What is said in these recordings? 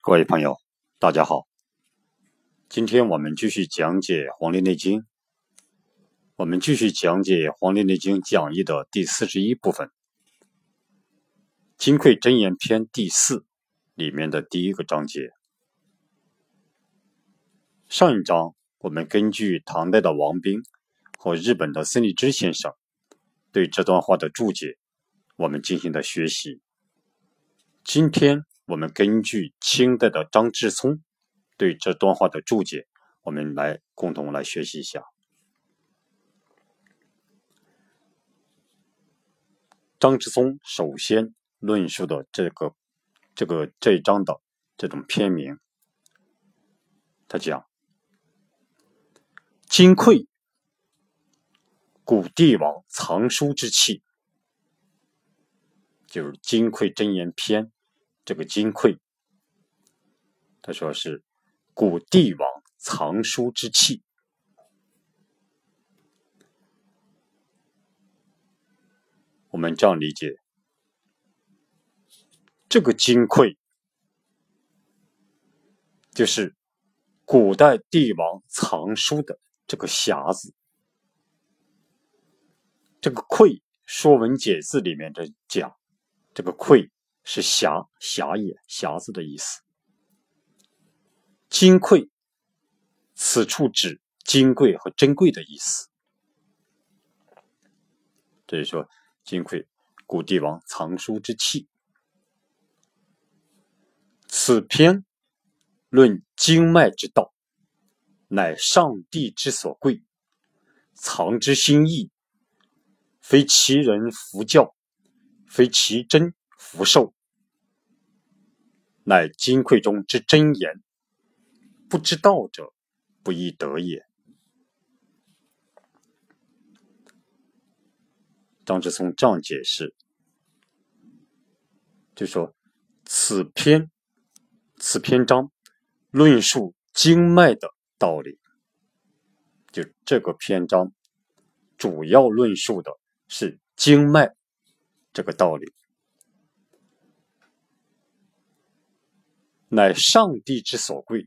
各位朋友，大家好。今天我们继续讲解《黄帝内经》，我们继续讲解《黄帝内经》讲义的第41部分，金匮真言篇第4里面的第1个章节。上一章我们根据唐代的王彬和日本的孙立之先生对这段话的注解，我们进行了学习。今天我们根据清代的张之聪对这段话的注解，我们共同来学习一下。张之聪首先论述的这一章的这种篇名，他讲金匮，古帝王藏书之器，就是金匮真言篇这个金匮，他说是古帝王藏书之器。我们这样理解，这个金匮就是古代帝王藏书的这个匣子。这个匮，说文解字里面的讲，这个匮是匣也，匣子的意思。金匮，此处指金贵和珍贵的意思。这就是说金匮，古帝王藏书之器。此篇论经脉之道，乃上帝之所贵，藏之心意，非其人弗教，非其真弗授，乃金匮中之真言，不知道者不亦得也。张之聪这样解释，就说此篇章论述经脉的道理，就这个篇章主要论述的是经脉这个道理，乃上帝之所贵，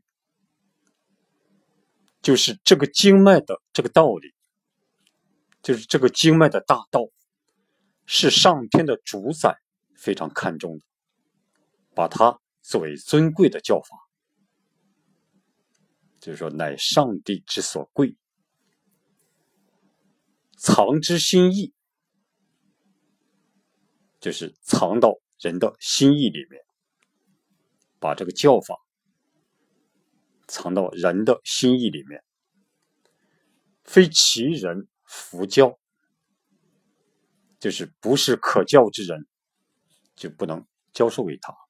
就是这个经脉的这个道理，就是这个经脉的大道，是上天的主宰非常看重的，把它作为尊贵的教法，就是说乃上帝之所贵。藏之心意，就是藏到人的心意里面，把这个教法藏到人的心意里面，非其人弗教，就是不是可教之人就不能教授给他，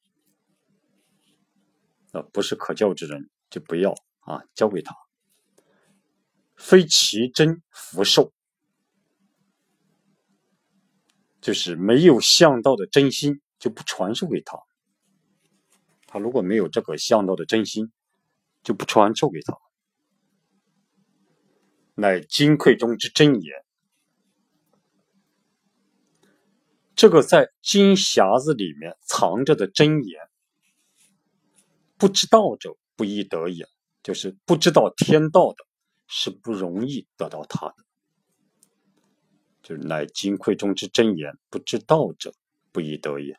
不是可教之人就不要教给他。非其真弗授，就是没有向道的真心就不传授给他，他如果没有这个向道的真心就不传授给他。乃金匮中之真言，这个在金匣子里面藏着的真言，不知道者不亦得也，就是不知道天道的是不容易得到它的，就是乃金匮中之真言，不知道者不亦得也，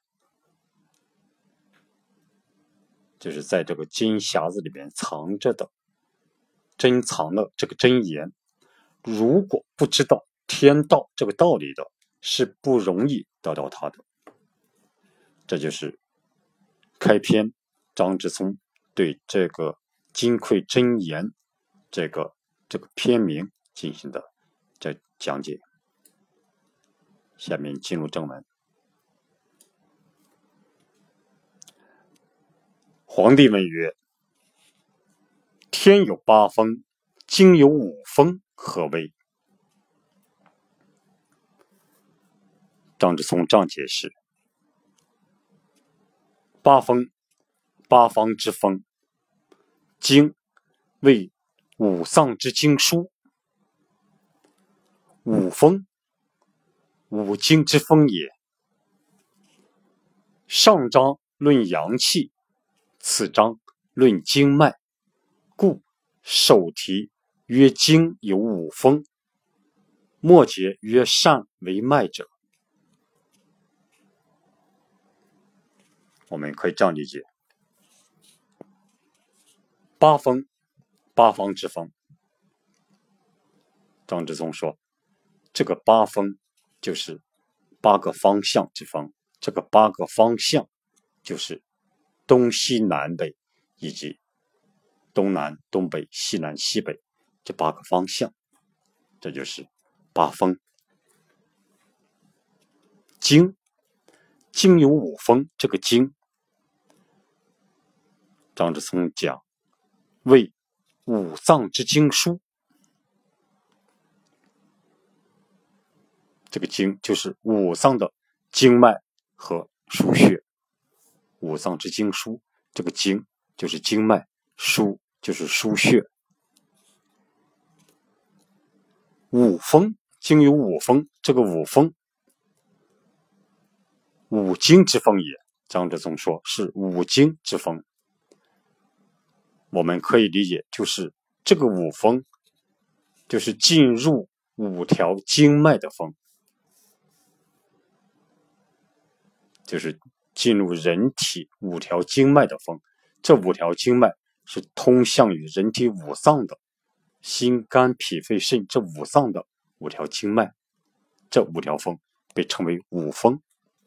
就是在这个金匣子里面藏着的珍藏了这个真言，如果不知道天道这个道理的，是不容易得到它的。这就是开篇张之聪对这个金匮真言这个篇名进行的这讲解。下面进入正文。皇帝问曰：天有八风，经有五风，何谓？张之聪这样解释：八风，八方之风，经为五脏之经书，五风，五经之风也。上章论阳气， 此章论经脉，故首题曰经有五风，末节曰善为脉者。我们可以这样理解，八风，八方之风。张之松说，这个八风就是八个方向之风，这个八个方向就是东西南北以及东南东北西南西北这八个方向，这就是八风。经，经有五风，这个经张之松讲为五脏之经枢，这个经就是五脏的经脉和腧穴，五脏之经枢，这个经就是经脉，腧就是腧穴。五风，经有五风，这个五风五经之风也，张之松说是五经之风。我们可以理解，就是这个五风就是进入五条经脉的风，就是进入人体五条经脉的风。这五条经脉是通向于人体五脏的，心肝脾肺肾这五脏的五条经脉，这五条风被称为五风。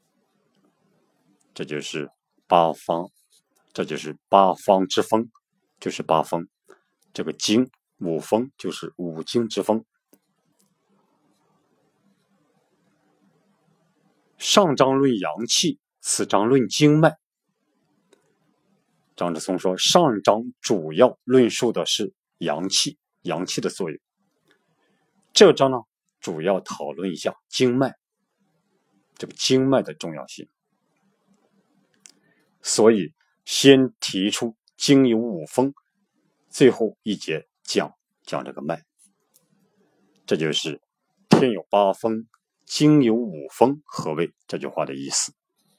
这就是八方，这就是八方之风，就是八风。这个经五风就是五经之风。上章论阳气，此章论经脉。张之松说，上章主要论述的是阳气，阳气的作用。这章呢，主要讨论一下经脉，这个经脉的重要性。所以先提出经有五风，最后一节讲这个脉。这就是天有八风，经有五风，何谓这句话的意思。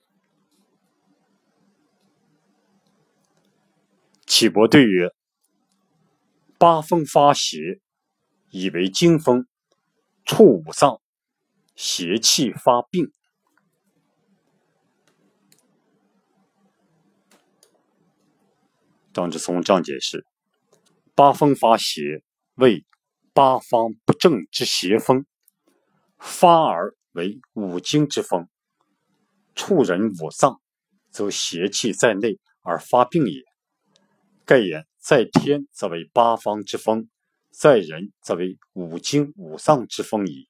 岐伯对曰：八风发邪，以为经风，触五脏，邪气发病。张之松这样解释，八风发邪为八方不正之邪风，发而为五经之风，触人五脏，则邪气在内而发病也。盖言在天则为八方之风，在人则为五经五脏之风矣。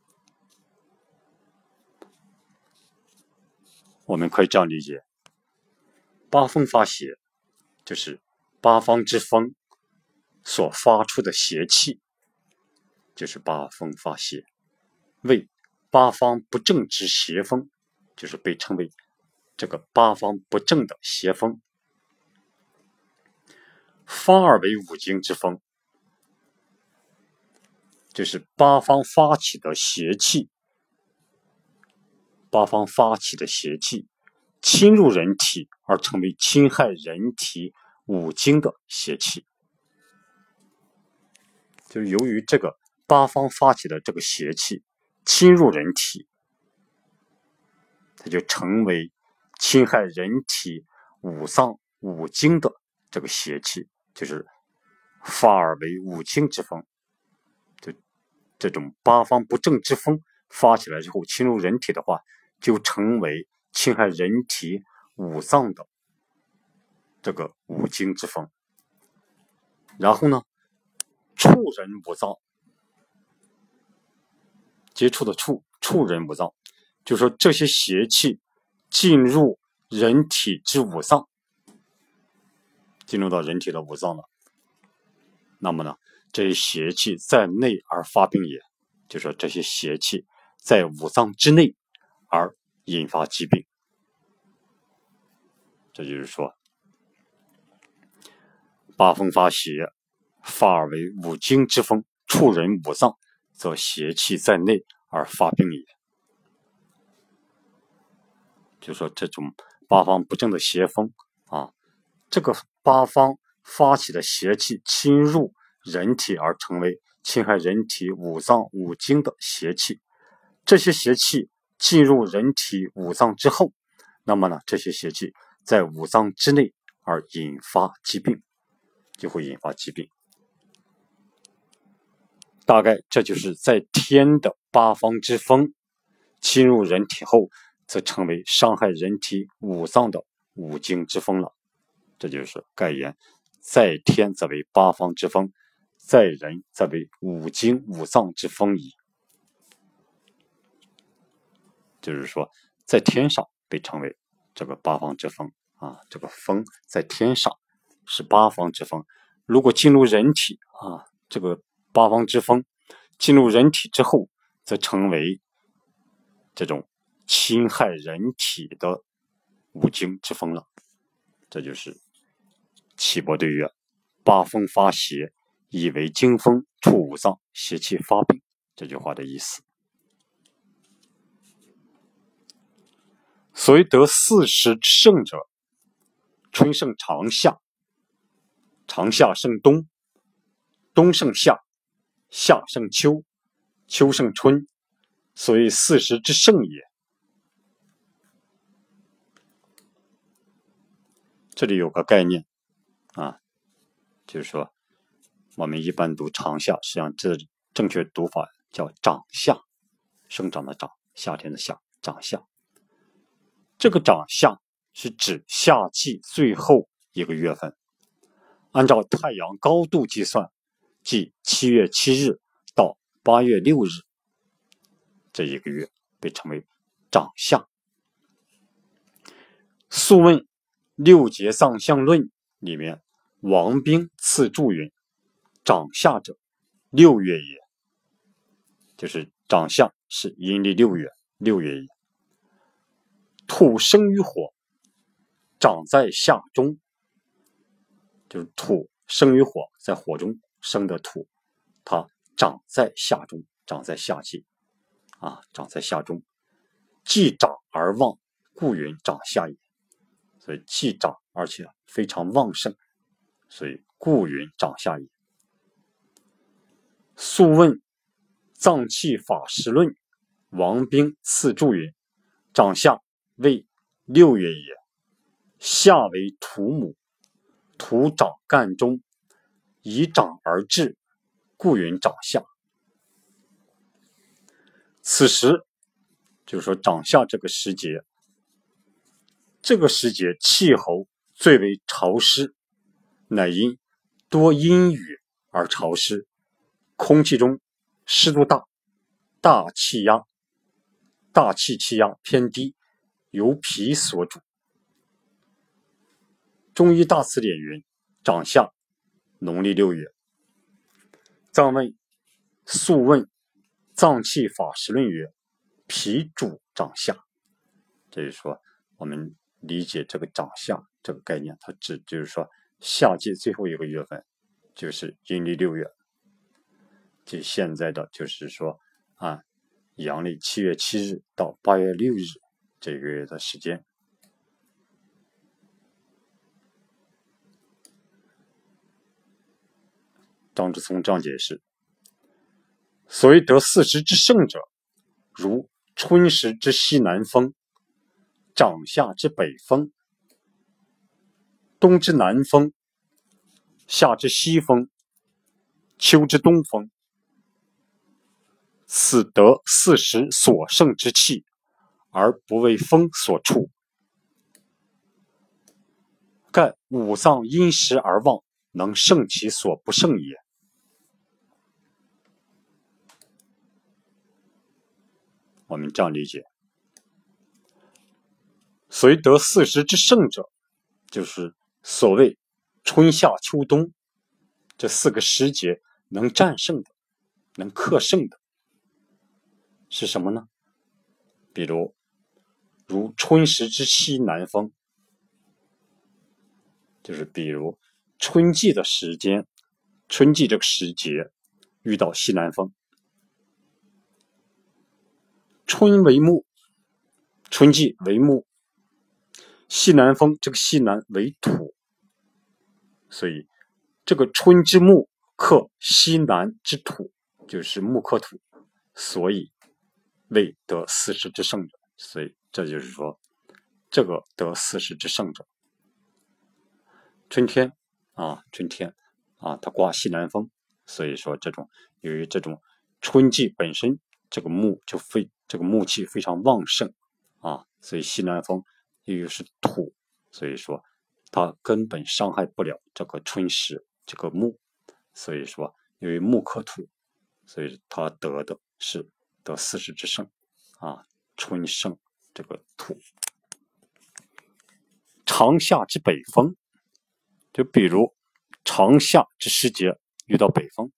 我们可以这样理解，八风发邪就是八方之风所发出的邪气，就是八风发邪，为八方不正之邪风，就是被称为这个八方不正的邪风。发而为五经之风，就是八方发起的邪气，八方发起的邪气侵入人体而成为侵害人体五经的邪气。就是由于这个八方发起的这个邪气侵入人体，它就成为侵害人体五脏五经的这个邪气，就是发而为五经之风。就这种八方不正之风发起来之后侵入人体的话，就成为侵害人体五脏的这个五经之风。然后呢，触人五脏，接触的触人五脏，就是说这些邪气进入人体之五脏，进入到人体的五脏了，那么呢，这些邪气在内而发病也，就是说这些邪气在五脏之内而引发疾病。这就是说，八风发邪，发而为五经之风，触人五脏，则邪气在内而发病也。就是说这种八方不正的邪风啊， 这个八方发起的邪气侵入人体而成为侵害人体五脏五经的邪气。这些邪气进入人体五脏之后，那么呢，这些邪气在五脏之内而引发疾病，就会引发疾病。大概这就是在天的八方之风侵入人体后，则成为伤害人体五脏的五经之风了。这就是盖言，在天则为八方之风，在人则为五经五脏之风矣。就是说，在天上被称为这个八方之风啊，这个风在天上是八方之风。如果进入人体啊，这个八方之风进入人体之后，则成为这种侵害人体的五经之风了。这就是岐伯对曰：八风发邪，以为经风，触五脏，邪气发病，这句话的意思。所谓得40之盛者，春胜长夏，长夏胜冬，冬胜夏，夏胜秋，秋胜春，所谓40之盛也。这里有个概念啊，就是说我们一般读长夏，实际上这正确读法叫长夏，生长的长，夏天的夏，长夏。这个长夏是指夏季最后一个月份，按照太阳高度计算，即7月7日到8月6日这一个月被称为长夏。素问六节藏象论里面，王冰次注云：长夏者，6月也。就是长夏是阴历6月，6月也。土生于火，长在夏中，就是土生于火，在火中生的土，它长在夏中，长在夏季啊，长在夏中。既长而旺，故云长夏也。所以既长而且非常旺盛，所以故云长夏也。素问脏器法实论，王冰次注云：长夏为6月也，夏为土母，土长干中，以长而至，故云长夏。此时就是说长夏这个时节，这个时节气候最为潮湿，乃因多阴雨而潮湿，空气中湿度大，大气气压偏低，由脾所主。中医大辞典云：长夏，农历6月。藏问素问脏器法实论曰：脾主长夏。这就是说我们理解这个长夏这个概念，它指就是说夏季最后一个月份就是阴历6月，即现在的就是说阳历7月7日到8月6日这个月的时间。张之聪这样解释：所谓得40之盛者，如春时之西南风，长夏之北风，冬之南风，夏之西风，秋之东风。此得40所盛之气，而不为风所触。盖五脏因时而旺，能盛其所不盛也。我们这样理解：所谓得40之盛者，就是所谓春夏秋冬这4个时节能战胜的，能克胜的是什么呢？比如春时之西南风，就是比如春季的时间，春季这个时节遇到西南风。春为木，春季为木，西南风，这个西南为土， 所以这个春之木克西南之土，就是木克土，所以未得四时之盛者。所以这就是说，这个得四时之盛者，春天它刮西南风，所以说由于这种春季本身这个木气非常旺盛所以西南风又是土，所以说它根本伤害不了这个春时这个木，所以说由于木克土，所以它得的是得四时之盛春盛这个土。长夏之北风，就比如长夏之时节遇到北风，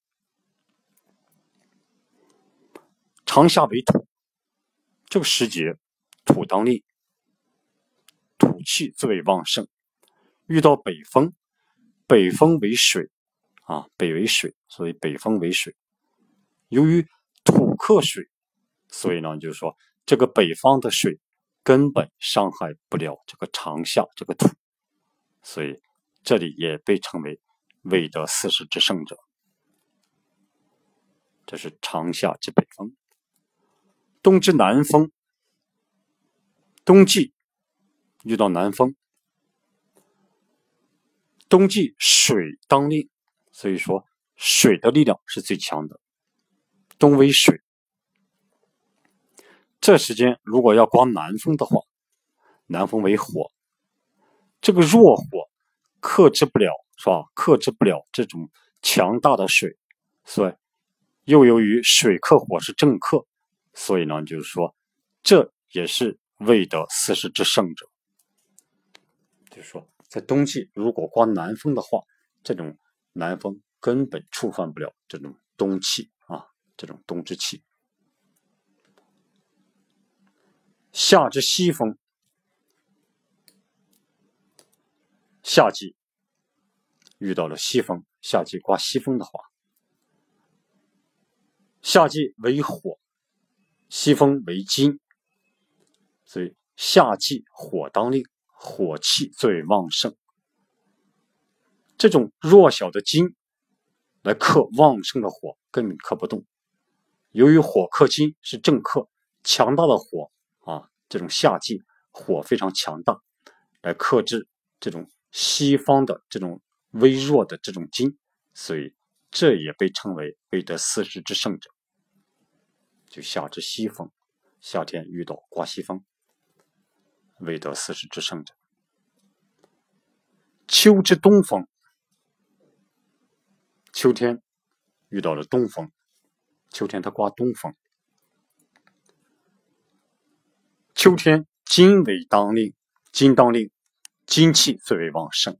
长夏为土，这个时节土当令，土气最为旺盛，遇到北风，北风为水北为水，所以北风为水。由于土克水，所以呢，就是说这个北方的水根本伤害不了这个长夏这个土，所以这里也被称为未得四时之盛者。这是长夏之北风。冬之南风，冬季遇到南风，冬季水当令，所以说水的力量是最强的，冬为水。这时间如果要刮南风的话，南风为火，这个弱火克制不了这种强大的水，所以又由于水克火是正克，所以呢，就是说这也是未得四时之盛者。就是说在冬季如果刮南风的话，这种南风根本触犯不了这种冬气这种冬之气。夏之西风，夏季遇到了西风，夏季刮西风的话，夏季为火，西风为金，所以夏季火当令，火气最旺盛。这种弱小的金来克旺盛的火，根本克不动。由于火克金是正克，强大的火这种夏季火非常强大，来克制这种西方的这种微弱的这种金，所以这也被称为未得四时之盛者。就夏之西风，夏天遇到刮西风，未得四时之盛者。秋之东风，秋天遇到了东风，秋天它刮东风，秋天金为当令，金气最为旺盛。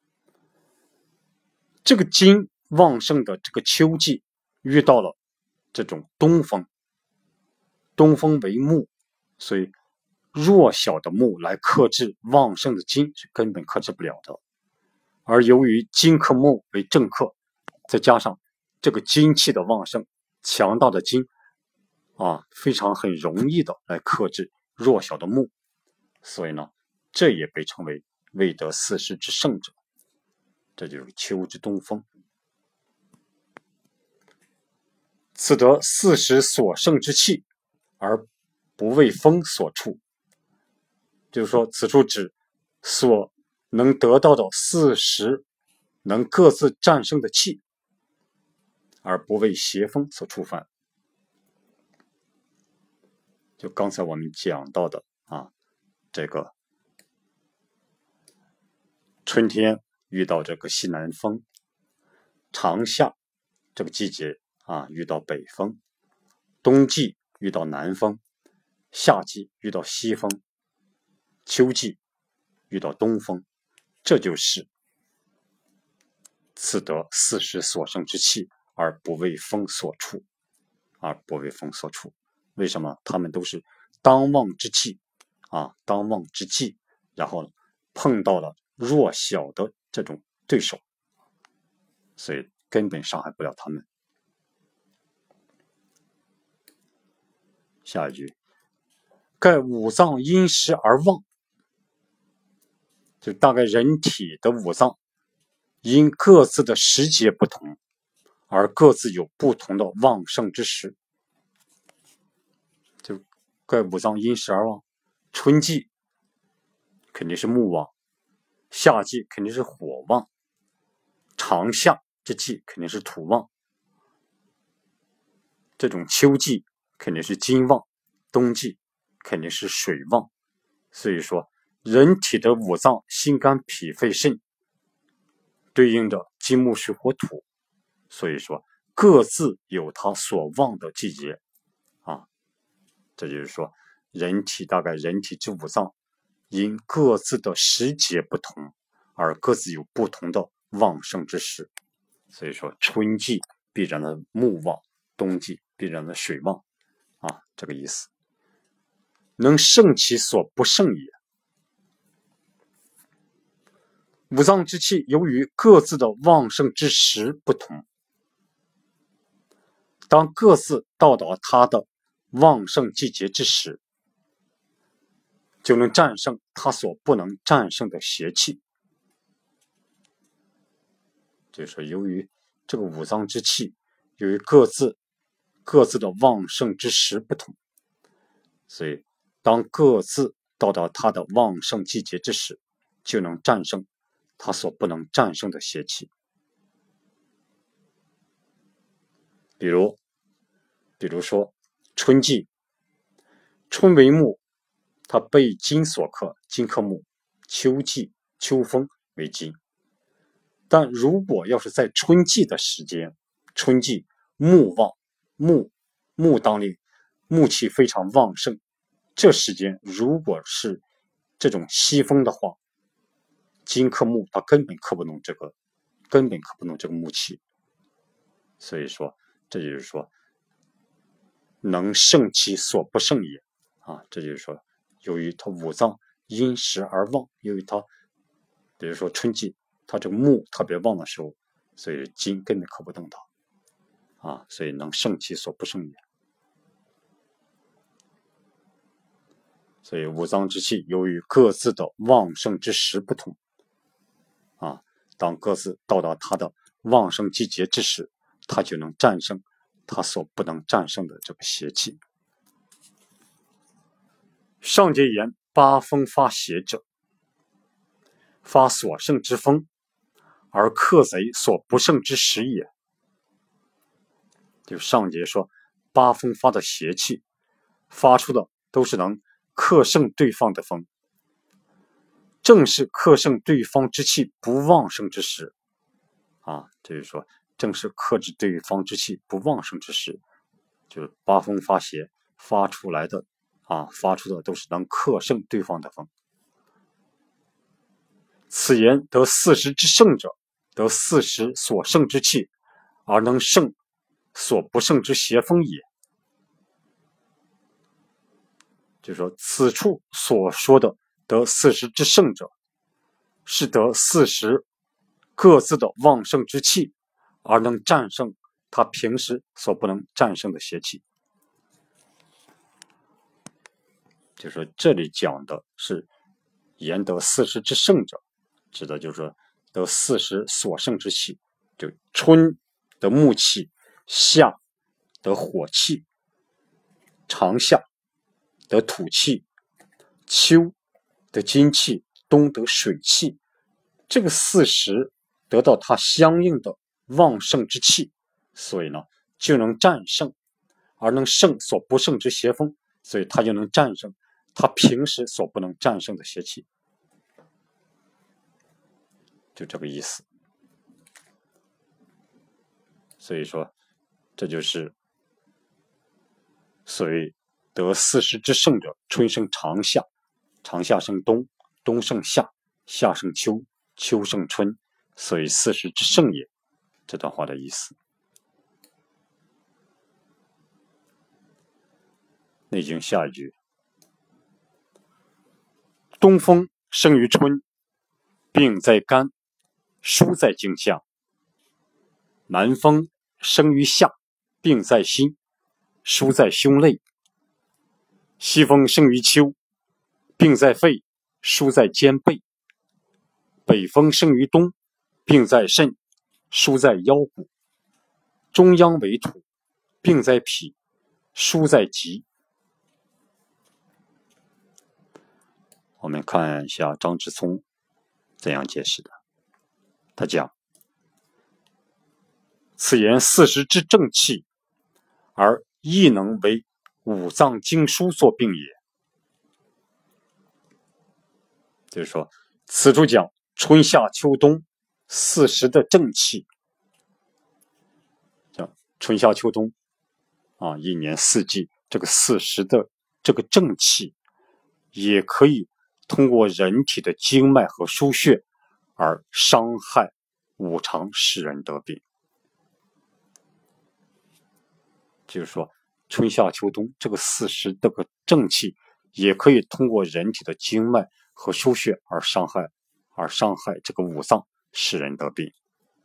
这个金旺盛的这个秋季遇到了这种东风，东风为木，所以弱小的木来克制旺盛的金是根本克制不了的。而由于金克木为正克，再加上这个金气的旺盛，强大的金非常很容易的来克制弱小的木，所以呢，这也被称为未得四时之盛者。这就是秋之东风。此得四时所盛之气，而不为风所处。就是说，此处指所能得到的四时能各自战胜的气，而不为邪风所触犯。就刚才我们讲到的这个春天遇到这个西南风，长夏这个季节遇到北风，冬季遇到南风，夏季遇到西风，秋季遇到东风，这就是此得四时所盛之气，而不为风所处。为什么？他们都是当旺之气当旺之际，然后碰到了弱小的这种对手，所以根本伤害不了他们。下一句，盖五脏因时而旺，就大概人体的五脏因各自的时节不同，而各自有不同的旺盛之时。就该五脏因时而旺，春季肯定是木旺，夏季肯定是火旺，长夏之季肯定是土旺，这种秋季肯定是金旺，冬季肯定是水旺。所以说人体的五脏心肝脾肺肾对应的金木水火土，所以说各自有它所旺的季节啊。这就是说人体这五脏因各自的时节不同，而各自有不同的旺盛之时。所以说春季必然的木旺，冬季必然的水旺啊，这个意思。能胜其所不胜也。五脏之气由于各自的旺盛之时不同，当各自到达它的旺盛季节之时，就能战胜它所不能战胜的邪气。就是由于这个五脏之气由于各自的旺盛之时不同，所以当各自到达它的旺盛季节之时，就能战胜它所不能战胜的邪气。比如说春季，春为木，它被金所克，金克木；秋季秋风为金。但如果要是在春季的时间，春季木旺，木当令，木气非常旺盛，这时间如果是这种西风的话，金克木，它根本克不动这个木气。所以说这就是说能胜其所不胜也啊。这就是说由于它五脏因时而旺，由于它比如说春季它这个木特别旺的时候，所以金根本克不动它啊，所以能胜其所不胜也。所以五脏之气由于各自的旺盛之时不同啊，当各自到达它的旺盛季节之时，它就能战胜它所不能战胜的这个邪气。上节言八风发邪者，发所胜之风，而克贼所不胜之时也。就上节说八风发的邪气发出的都是能克胜对方的风，正是克胜对方之气不旺盛之时啊，就是说正是克制对方之气不旺盛之时，就是八风发邪发出的都是能克胜对方的风。此言得四时之胜者，得四时所胜之气，而能胜所不胜之邪风也。就是说此处所说的得四时之胜者，是得四时各自的旺盛之气，而能战胜他平时所不能战胜的邪气。就是说这里讲的是言得四时之胜者，指的就是说得四时所胜之气，就春的木气，夏得火气，长夏得土气，秋得金气，冬得水气。这个四时得到它相应的旺盛之气，所以呢就能战胜，而能胜所不胜之邪风，所以它就能战胜它平时所不能战胜的邪气，就这个意思。所以说这就是所谓得四时之胜者，春胜长夏，长夏胜冬，冬胜夏，夏胜秋，秋胜春，所以四时之胜也，这段话的意思。内经下一句，东风生于春，病在肝，疏在经下；南风生于夏，病在心，疏在胸肋；西风生于秋，病在肺，疏在肩背；北风生于冬， 病在肾，疏在腰骨；中央为土，病在脾，疏在脊。我们看一下张之聪怎样解释的。他讲：此言四时之正气，而亦能为五脏经枢所病也。就是说，此处讲春夏秋冬四时的正气，讲春夏秋冬一年四季这个四时的这个正气，也可以通过人体的经脉和腧穴而伤害五常，使人得病。就是说，春夏秋冬这个四时这个正气，也可以通过人体的经脉和腧穴而伤害这个五脏，使人得病。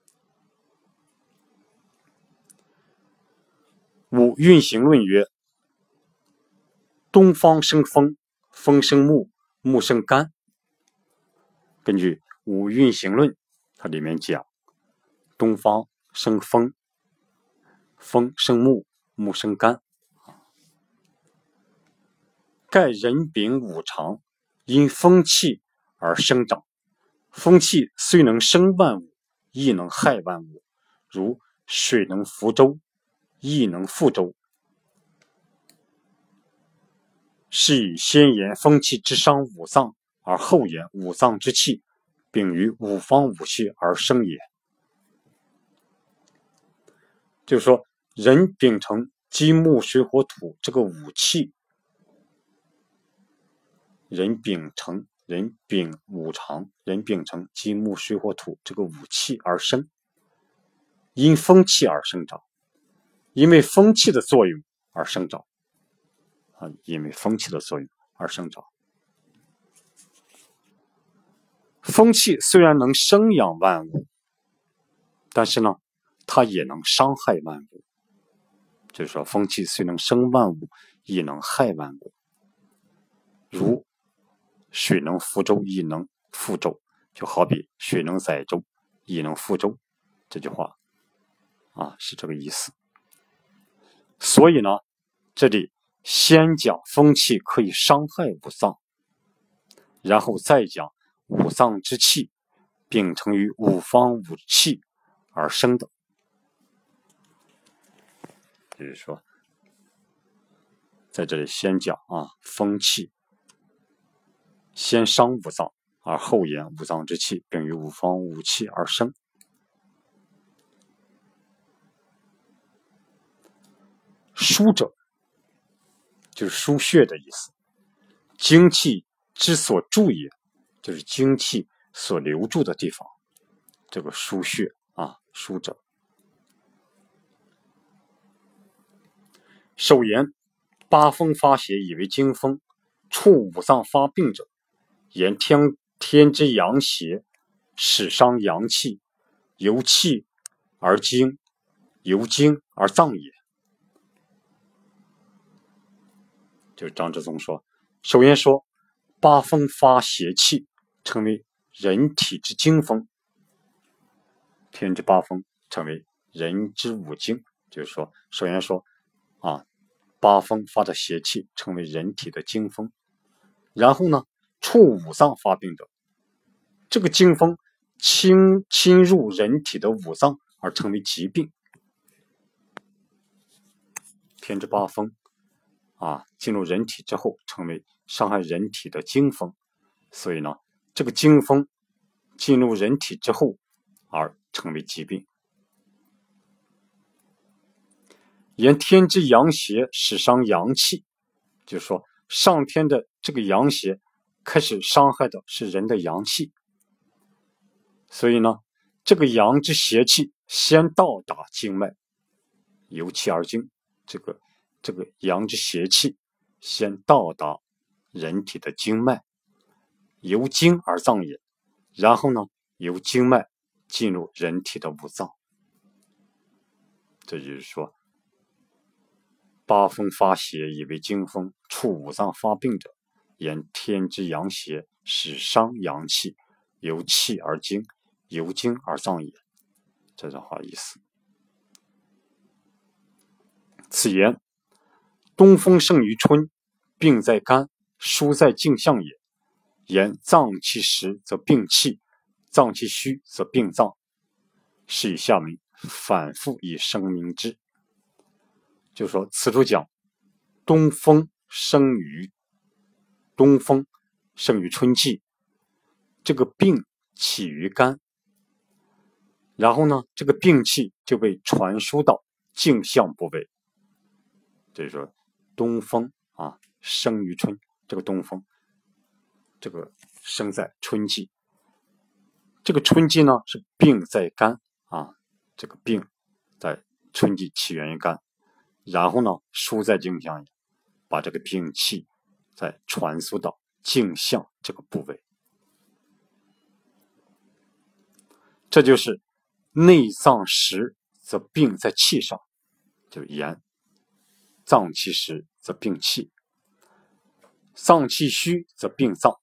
五运行论曰：东方生风，风生木，木生肝。根据五运行论，它里面讲东方生风，风生木，木生肝。盖人禀五常，因风气而生长。风气虽能生万物，亦能害万物，如水能覆舟，亦能覆舟。是以先言风气之伤五脏，而后言五脏之气禀于五方五气而生也。就是说，人秉承金木水火土这个五气，人秉五常，人秉承金木水火土这个五气而生，因风气而生长，因为风气的作用而生长因为风气的作用而生长。风气虽然能生养万物，但是呢，它也能伤害万物。就是说，风气虽能生万物，亦能害万物。如水能覆舟，亦能覆舟，就好比水能载舟，亦能覆舟，这句话是这个意思。所以呢，这里先讲风气可以伤害五脏，然后再讲五脏之气秉承于五方五气而生的。就是说，在这里先讲风气先伤五脏，而后言五脏之气并于五方五气而生。腧者，就是腧穴的意思。精气之所注也，就是精气所留住的地方，这个腧穴腧者。首言八风发邪以为经风，触五脏发病者，言天之阳邪，使伤阳气，由气而经，由经而脏也。就张之聪说，首先说八风发邪气，成为人体之经风，天之八风成为人之五经。就是说，首先说八风发的邪气成为人体的经风，然后呢，触五脏发病的这个经风侵入人体的五脏而成为疾病。天之八风进入人体之后成为伤害人体的经风，所以呢，这个经风进入人体之后而成为疾病。言天之阳邪使伤阳气，就是说上天的这个阳邪开始伤害的是人的阳气，所以呢，这个阳之邪气先到达经脉，由气而经，这个阳之邪气先到达人体的经脉，由经而脏也，然后呢，由经脉进入人体的五脏。这就是说，八风发邪以为经风，触五脏发病者，言天之阳邪使伤阳气，由气而经， 由经而脏也。这段话意思。此言，东风生于春，病在肝，疏在镜像也。言脏气实则病气，脏气虚则病脏，是以下文反复以声明之。就是说，此处讲东风生于春季，这个病起于肝，然后呢，这个病气就被传输到镜像部位。就是说，东风生于春，这个东风，这个生在春季，这个春季呢是病在肝这个病在春季起源于肝，然后呢输在镜像，把这个病气再传输到镜像这个部位。这就是内脏实则病在气上，就是言脏气实则病气，脏气虚则病脏。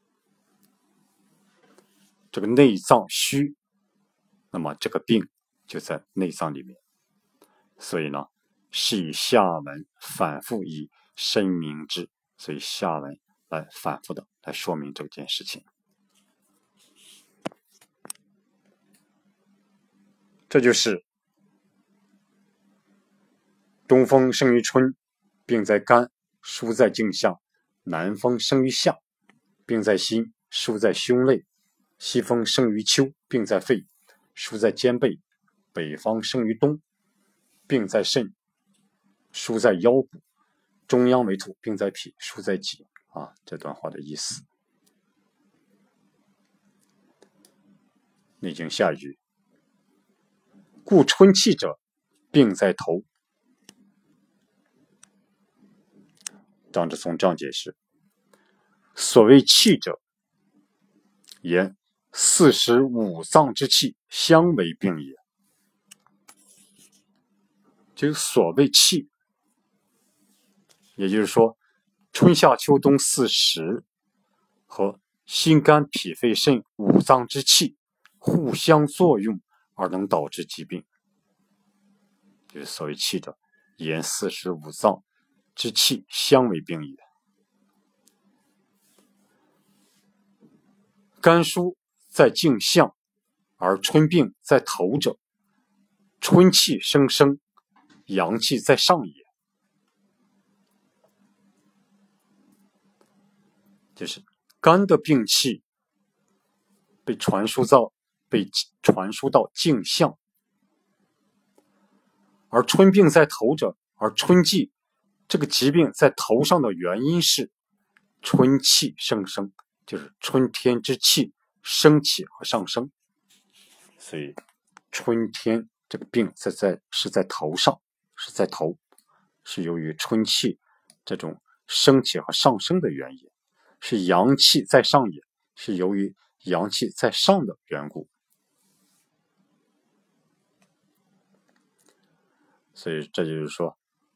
这个内脏虚，那么这个病就在内脏里面。所以呢，是以下文反复以申明之，所以下文来反复的来说明这件事情。这就是东风生于春，病在肝，疏在镜像；南风生于夏，病在心，疏在胸肋；西风生于秋，病在肺，疏在肩背；北方生于冬，病在肾，疏在腰骨；中央为土，病在脾，疏在脊。这段话的意思。内经下一句，故春气者，病在头。张之松这样解释：所谓气者，言四时五脏之气相为病也。就是所谓气，也就是说春夏秋冬四时和心肝脾肺肾五脏之气互相作用而能导致疾病。就是所谓气者，言四时五脏之气相为病也。肝疏在镜像，而春病在头者，春气生生，阳气在上也。就是肝的病气被传输到镜像，而春病在头者，而春季这个疾病在头上的原因是春气生生，就是春天之气升起和上升。所以春天这个病是在头上，是在头，是由于春气这种升起和上升的原因，是阳气在上也，是由于阳气在上的缘故。所以这就是说，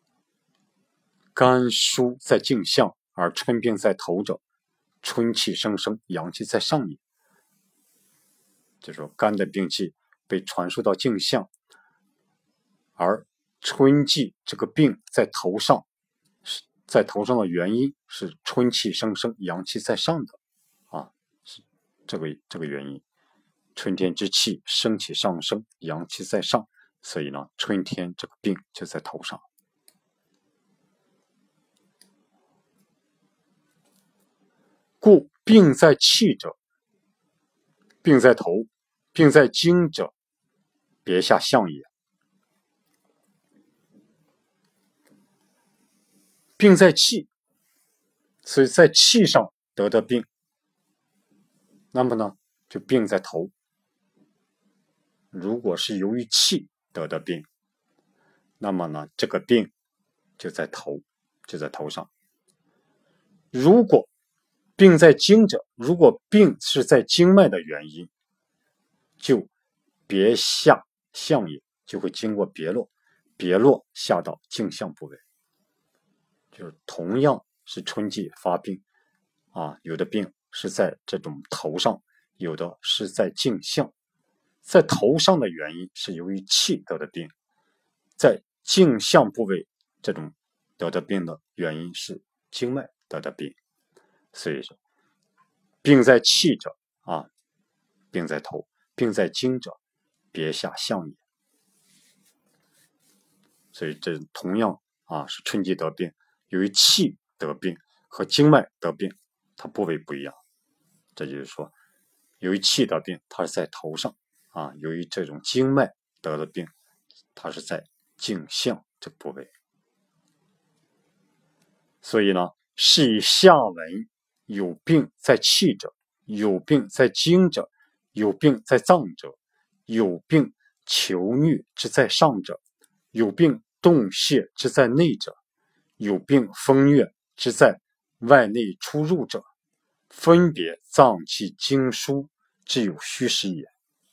肝疏在镜像，而春病在头者，春气生生，阳气在上也。就是说，肝的病气被传输到镜像，而春季这个病在头上的原因是春气生生，阳气在上的是这个原因。春天之气升起上升，阳气在上，所以呢，春天这个病就在头上。故病在气者，病在头；病在经者，别下象也。病在气，所以在气上得的病，那么呢，就病在头。如果是由于气得的病，那么呢，这个病就在头上。如果病在经者，如果病是在经脉的原因，就别下象也，就会经过别络下到镜像部位。就是同样是春季发病有的病是在这种头上，有的是在镜像， 在头上的原因是由于气得的病，在颈项部位这种得的病的原因是经脉得的病。所以说病在气者病在头，病在经者别下象也。所以这同样是春季得病，由于气得病和经脉得病它部位不一样。这就是说由于气得病它是在头上由于这种经脉得的病它是在颈项这部位。所以呢，是以下文有病在气者，有病在经者，有病在脏者，有病求疟之在上者，有病动泄之在内者，有病风疟之在外内出入者，分别脏气经枢之有虚实也。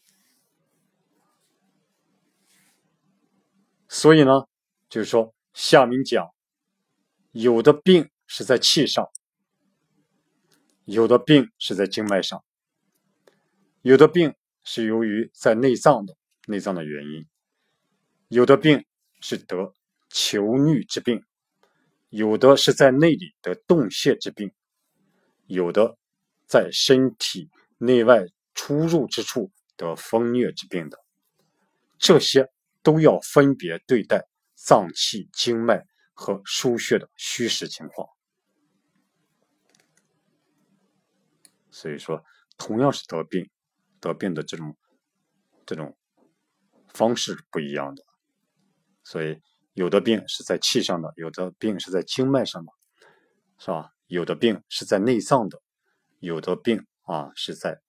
所以呢，就是说下面讲有的病是在气上，有的病是在经脉上，有的病是由于在内脏的原因，有的病是得求疟之病，有的是在内里得动泄之病，有的在身体内外出入之处得风疟之病的，这些都要分别对待脏器经脉和腧穴的虚实情况。所以说同样是得病的这种方式不一样的。所以有的病是在气上的，有的病是在经脉上的，是吧？有的病是在内脏的，有的病是在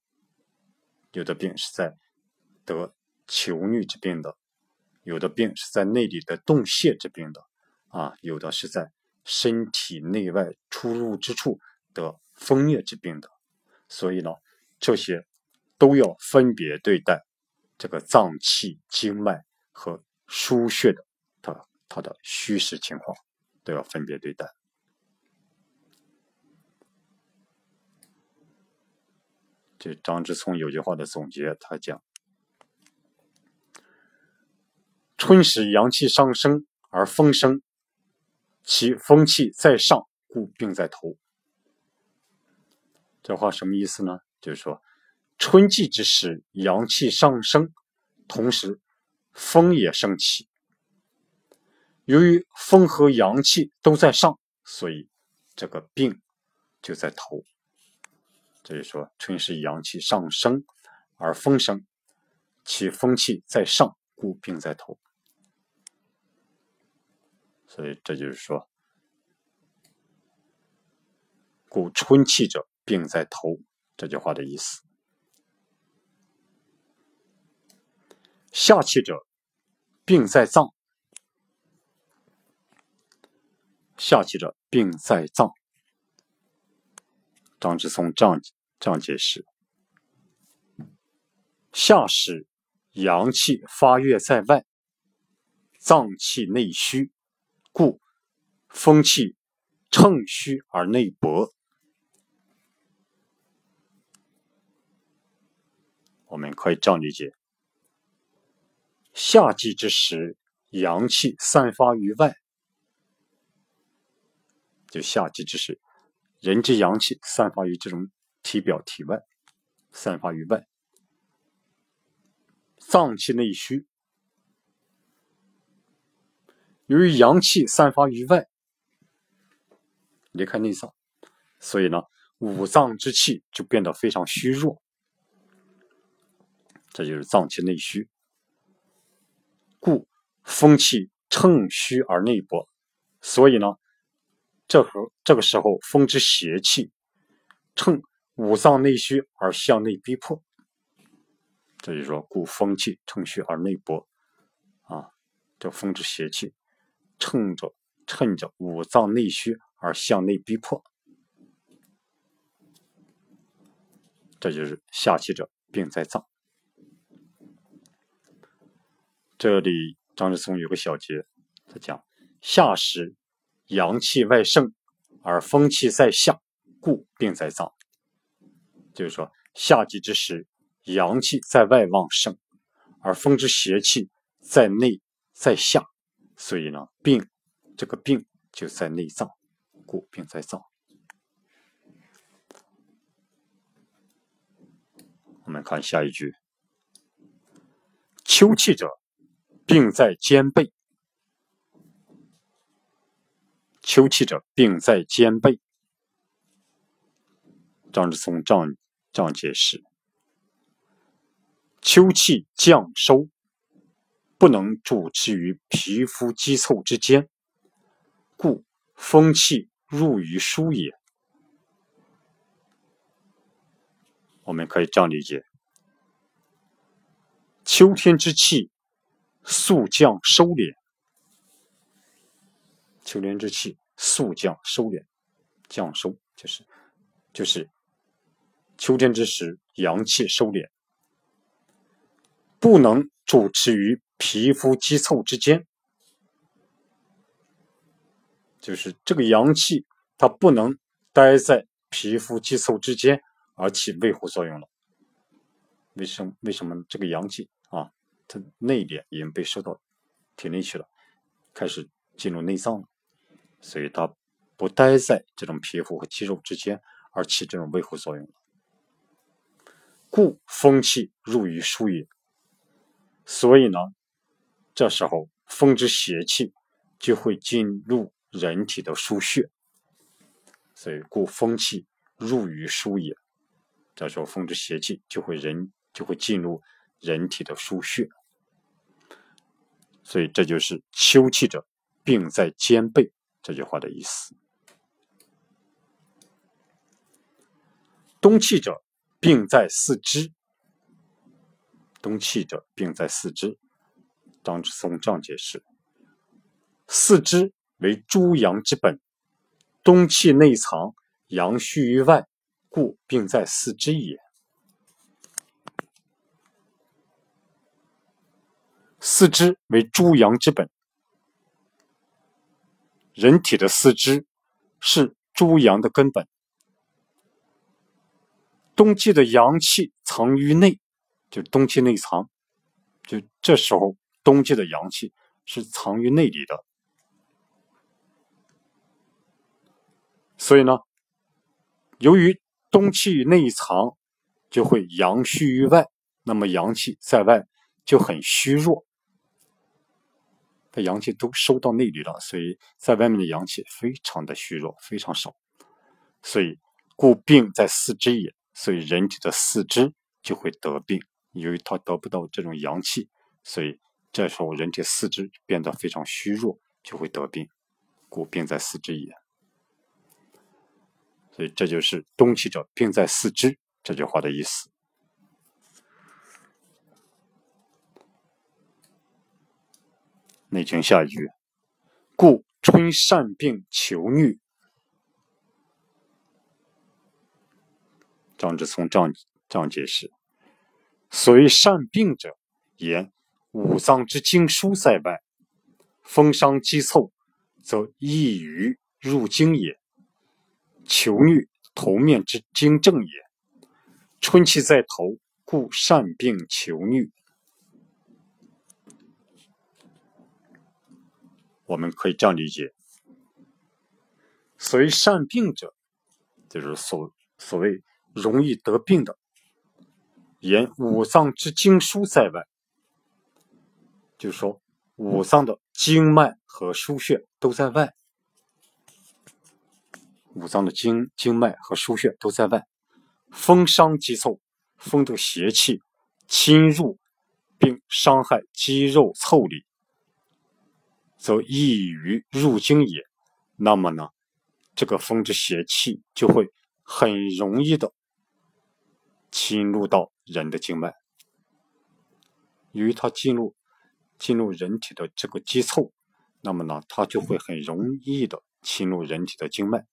得求疟之病的，有的病是在内里的动泄之病的有的是在身体内外出入之处得风疟之病的。所以呢，这些都要分别对待这个脏器经脉和腧穴的它的虚实情况，都要分别对待。这张之聪有句话的总结，他讲春时阳气上升而风生，其风气在上，故病在头。这话什么意思呢？就是说春季之时阳气上升，同时风也升起，由于风和阳气都在上，所以这个病就在头。这就是说春时阳气上升而风生，其风气在上，故病在头。所以这就是说故春气者病在头这句话的意思。夏气者病在脏，夏气者病在脏。张之聪这样解释：夏时阳气发越在外，脏气内虚，故风气乘虚而内薄。我们可以这样理解：夏季之时阳气散发于外，就夏季之时人之阳气散发于这种体表体外，散发于外，脏气内虚，由于阳气散发于外，离开内脏，所以呢五脏之气就变得非常虚弱，这就是脏气内虚，故风气乘虚而内薄。所以呢这个时候风之邪气乘五脏内虚而向内逼迫，这就是说故风气乘虚而内薄这风之邪气趁着五脏内虚而向内逼迫，这就是夏气者病在脏。这里张之聪有个小节，他讲夏时阳气外盛而风气在下，故病在脏。就是说夏季之时阳气在外旺盛， 而风之邪气在内在下，所以呢这个病就在内脏，故病在脏。我们看下一句，秋气者，病在肩背。秋气者，病在肩背。张之聪这样解释：秋气降收，不能主持于皮肤肌凑之间，故风气入于枢也。我们可以这样理解：秋天之气速降收敛，秋天之气速降收敛，降收就是秋天之时阳气收敛，不能主持于皮肤肌凑之间，就是这个阳气它不能待在皮肤肌凑之间而起卫护作用了。为什么这个阳气它内敛已经被收到体内去了，开始进入内脏了，所以它不待在这种皮肤和肌肉之间而起这种卫护作用了。故风气入于枢也，所以呢，这时候风之邪气就会进入人体的腧穴，所以故风气入于枢也，这时候风之邪气就会进入人体的腧穴，所以这就是秋气者，病在肩背这句话的意思。冬气者，病在四肢。冬气者，病在四肢。张之聪这样解释：四肢为诸阳之本，冬气内藏，阳虚于外，故病在四肢也。四肢为诸阳之本，人体的四肢是诸阳的根本。冬季的阳气藏于内，就冬气内藏，就这时候冬季的阳气是藏于内里的。所以呢，由于冬气内藏，就会阳虚于外，那么阳气在外就很虚弱，它阳气都收到内里了，所以在外面的阳气非常的虚弱，非常少，所以故病在四肢也，所以人体的四肢就会得病。由于它得不到这种阳气，所以这时候人体四肢变得非常虚弱，就会得病，故病在四肢也。所以这就是冬气者，病在四肢这句话的意思。内经下一句，故春善病求疟。张之聪这样解释：所谓善病者，言五脏之经枢在外，风伤肌凑，则易于入经也。求疟，头面之经正也。春气在头，故善病求疟。我们可以这样理解：所谓善病者，就是所谓容易得病的，言五脏之经枢在外，就是说五脏的经脉和腧穴都在外，五脏的经脉和腧穴都在外，风伤肌凑，风的邪气侵入并伤害肌肉腠理，则易于入经也。那么呢，这个风之邪气就会很容易的侵入到人的经脉，由于它进入人体的这个肌凑，那么呢，它就会很容易的侵入人体的经脉。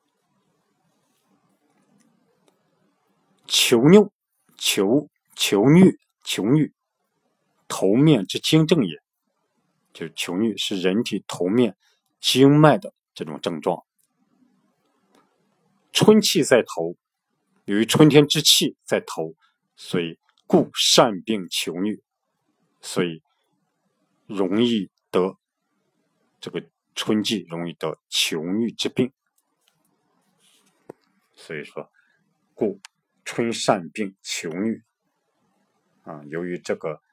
求疟，头面之经正也，就是求疟是人体头面经脉的这种症状。春气在头，由于春天之气在头，所以故善病求疟。 所以容易得这个春季容易得囚女之病。所以说故春善病囚女由于这个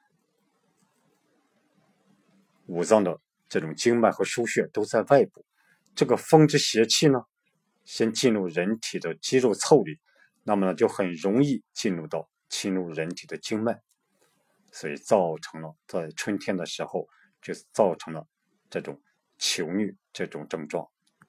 五脏的这种经脉和腧穴都在外部，这个风之邪气呢先进入人体的肌肉腠理，那么呢就很容易侵入人体的经脉，所以造成了在春天的时候就造成了这种囚女这种症状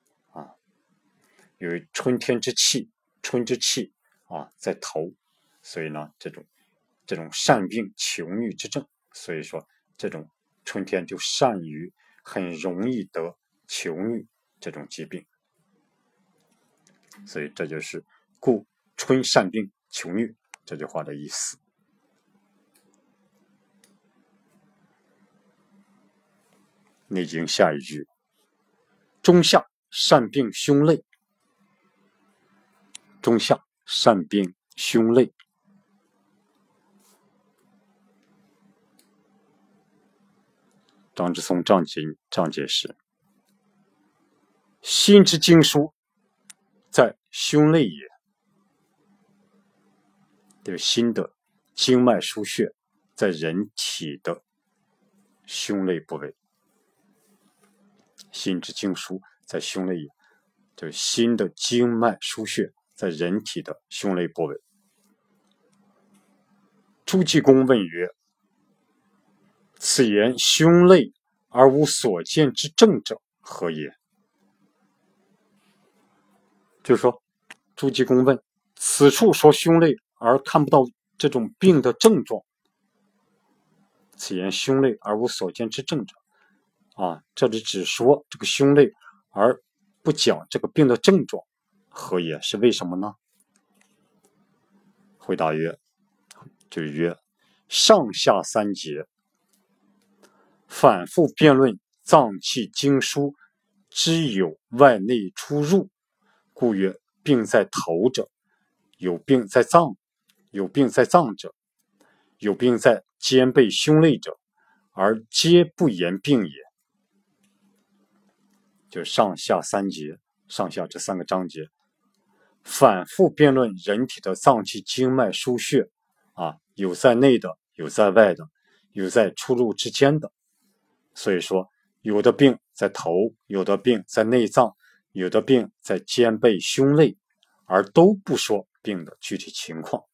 由于春天之气，春之气在头，所以呢这种善病囚女之症，所以说这种春天就善于很容易得囚女这种疾病，所以这就是故春善病囚女这句话的意思。内经下一句，中夏善病胸肋。中夏善病胸肋。张之松这样解释：心之经枢在胸肋也。这个心的经脉腧穴在人体的胸肋部位，心之经枢在胸肋也，就是心的经脉腧穴在人体的胸肋部位。诸济公问曰：此言胸肋而无所见之症者何也？就是说诸济公问，此处说胸肋而看不到这种病的症状，此言胸肋而无所见之症者这里只说这个胸肋而不讲这个病的症状，何也？是为什么呢？回答曰，就是曰，上下三节反复辩论脏器经枢之有外内出入，故曰病在头者，有病在脏，有病在脏者，有病在肩背胸肋者，而皆不言病也。就是上下三节，上下这三个章节反复辩论人体的脏器经脉腧穴有在内的，有在外的，有在出入之间的。所以说有的病在头，有的病在内脏，有的病在肩背胸肋，而都不说病的具体情况，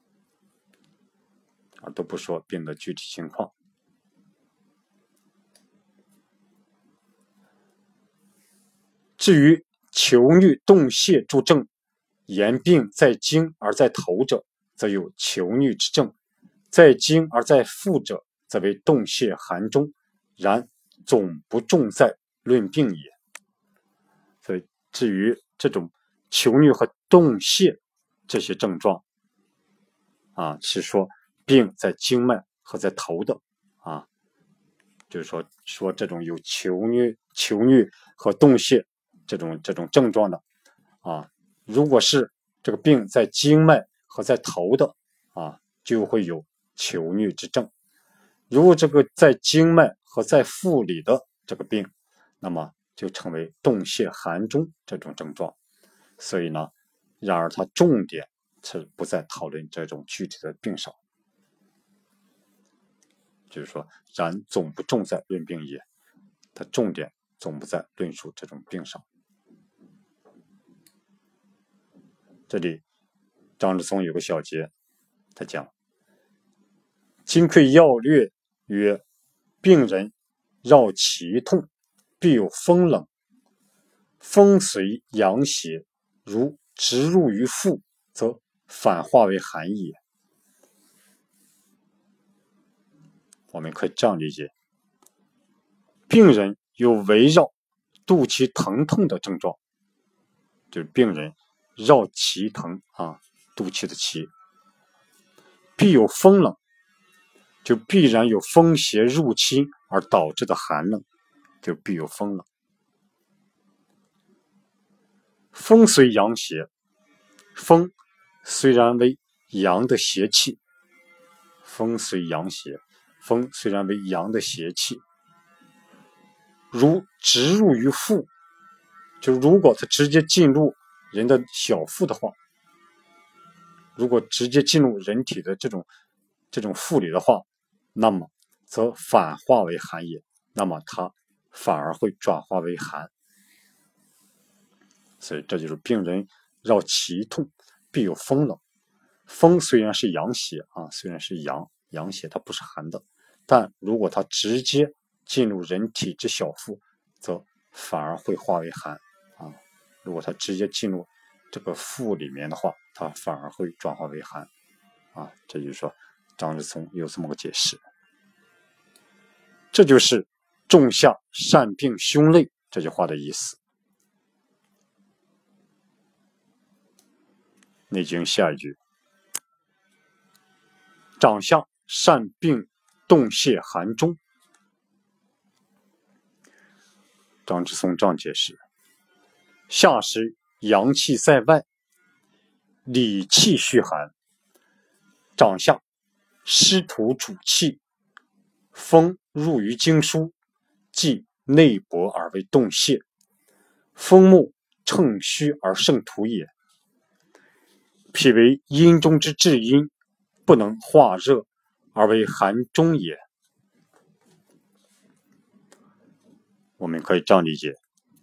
至于囚女动泄诸症，言病在经而在头者，则有囚女之症；在经而在腹者，则为动泄寒中，然总不重在论病也。所以至于这种囚女和动泄这些症状是说病在经脉和在头的就是说这种有囚女和动泄这种症状的如果是这个病在经脉和在头的就会有囚女之症；如果这个在经脉和在腹里的这个病，那么就成为动泄寒中这种症状。所以呢，然而它重点是不再讨论这种具体的病少，就是说然总不重在论病也，它重点总不在论述这种病少。这里张之松有个小节，他讲金匮要略曰：病人绕脐痛，必有风冷，风随阳邪，如直入于腹，则反化为寒也。我们可以这样理解，病人有围绕肚脐疼痛的症状，就是病人绕脐疼肚脐的脐，必有风冷，就必然有风邪入侵而导致的寒冷，就必有风冷。风随阳邪，风虽然为阳的邪气，风随阳邪， 风虽然为阳的邪气，如直入于腹，就如果它直接进入人的小腹的话，如果直接进入人体的这种腹里的话，那么则反化为寒也，那么它反而会转化为寒。所以这就是病人绕脐痛必有风冷。风虽然是阳邪虽然是阳邪，它不是寒的，但如果它直接进入人体之小腹，则反而会化为寒如果它直接进入这个腹里面的话，它反而会转化为寒这就是说张之聪有这么个解释。这就是仲夏善病胸肋这句话的意思。内经下一句，长夏善病动泄寒中。张之松这样解释，夏时阳气在外，里气虚寒，长夏湿土主气，风入于经枢，即内薄而为动泄，风木乘虚而胜土也。脾为阴中之至阴，不能化热而为寒中也。我们可以这样理解，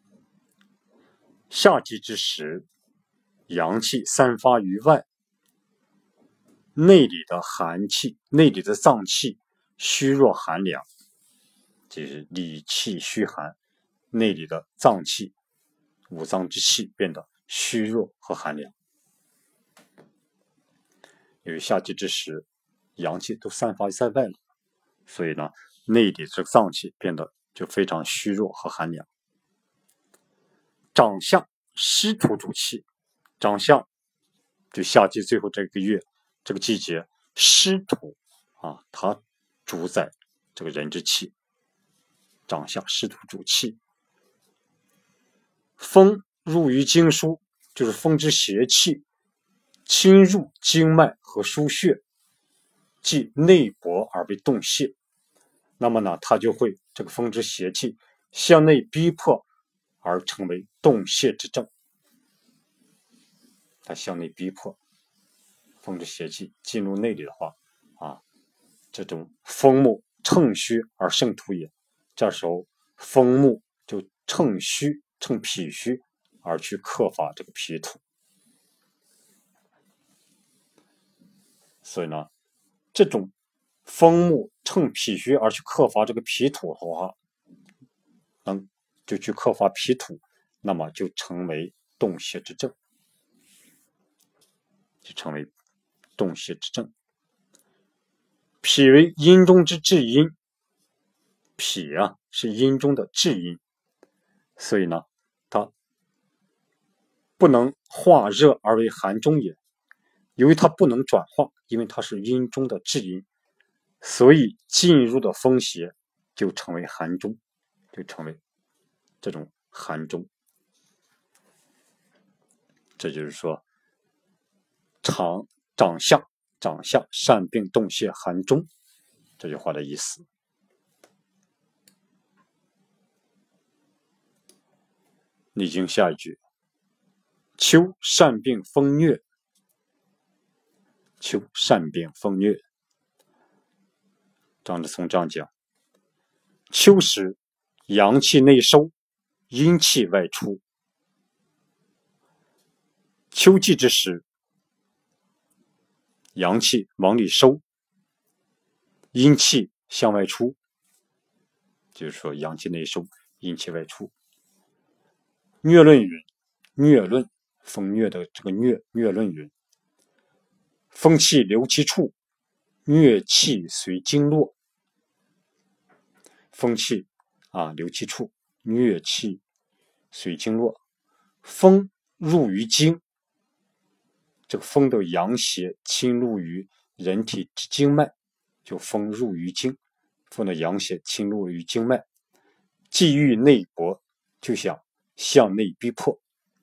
夏季之时，阳气散发于外，内里的寒气，内里的脏气虚弱寒凉，就是里气虚寒，内里的脏气，五脏之气变得虚弱和寒凉。因为夏季之时，阳气都散发在外了，所以呢，内里这个脏气变得就非常虚弱和寒凉。长夏湿土主气，长夏就夏季最后这个月这个季节，湿土它主宰这个人之气，长夏湿土主气。风入于经枢，就是风之邪气侵入经脉和腧穴，即内薄而为动泄。那么呢，它就会这个风之邪气向内逼迫而成为动泄之症。它向内逼迫，风之邪气进入内里的话这种风木乘虚而胜土也。这时候风木就乘脾虚而去克伐这个脾土。所以呢，这种风木乘脾虚而去克伐这个脾土的话，就去克伐脾土，那么就成为动泄之症，脾为阴中之至阴，脾是阴中的至阴，所以呢，它不能化热而为寒中也。由于它不能转化，因为它是阴中的至阴，所以进入的风邪就成为寒中，就成为这种寒中。这就是说长夏善病动泄寒中这句话的意思。内经下一句，秋善病风疟。秋善病风疟，张之松这样讲，秋时阳气内收，阴气外出。秋季之时，阳气往里收，阴气向外出，就是说阳气内收，阴气外出。疟论云，风疟的这个疟论云，风气留其处，疟气随经络。风气留其处，疟气随经络。风入于经，这个风的阳邪侵入于人体之经脉，就风入于经，风的阳邪侵入于经脉，既欲内薄，就想向内逼迫。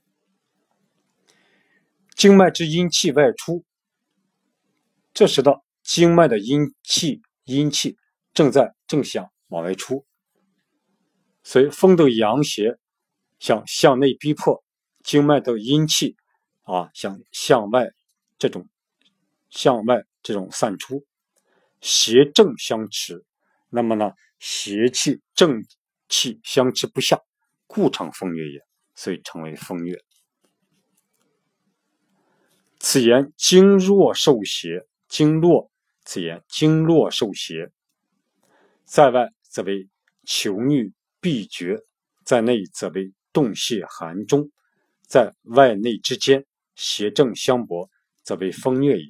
经脉之阴气外出，这时的经脉的阴气正在正向往外出，所以风的阳邪想向内逼迫，经脉的阴气想向外这种散出，邪正相持，那么呢，邪气正气相持不下，故成风月也，所以称为风月。此言经络受邪，此言经络受邪，在外则为囚虐闭绝，在内则为动泄寒中，在外内之间邪正相搏，则为风月也。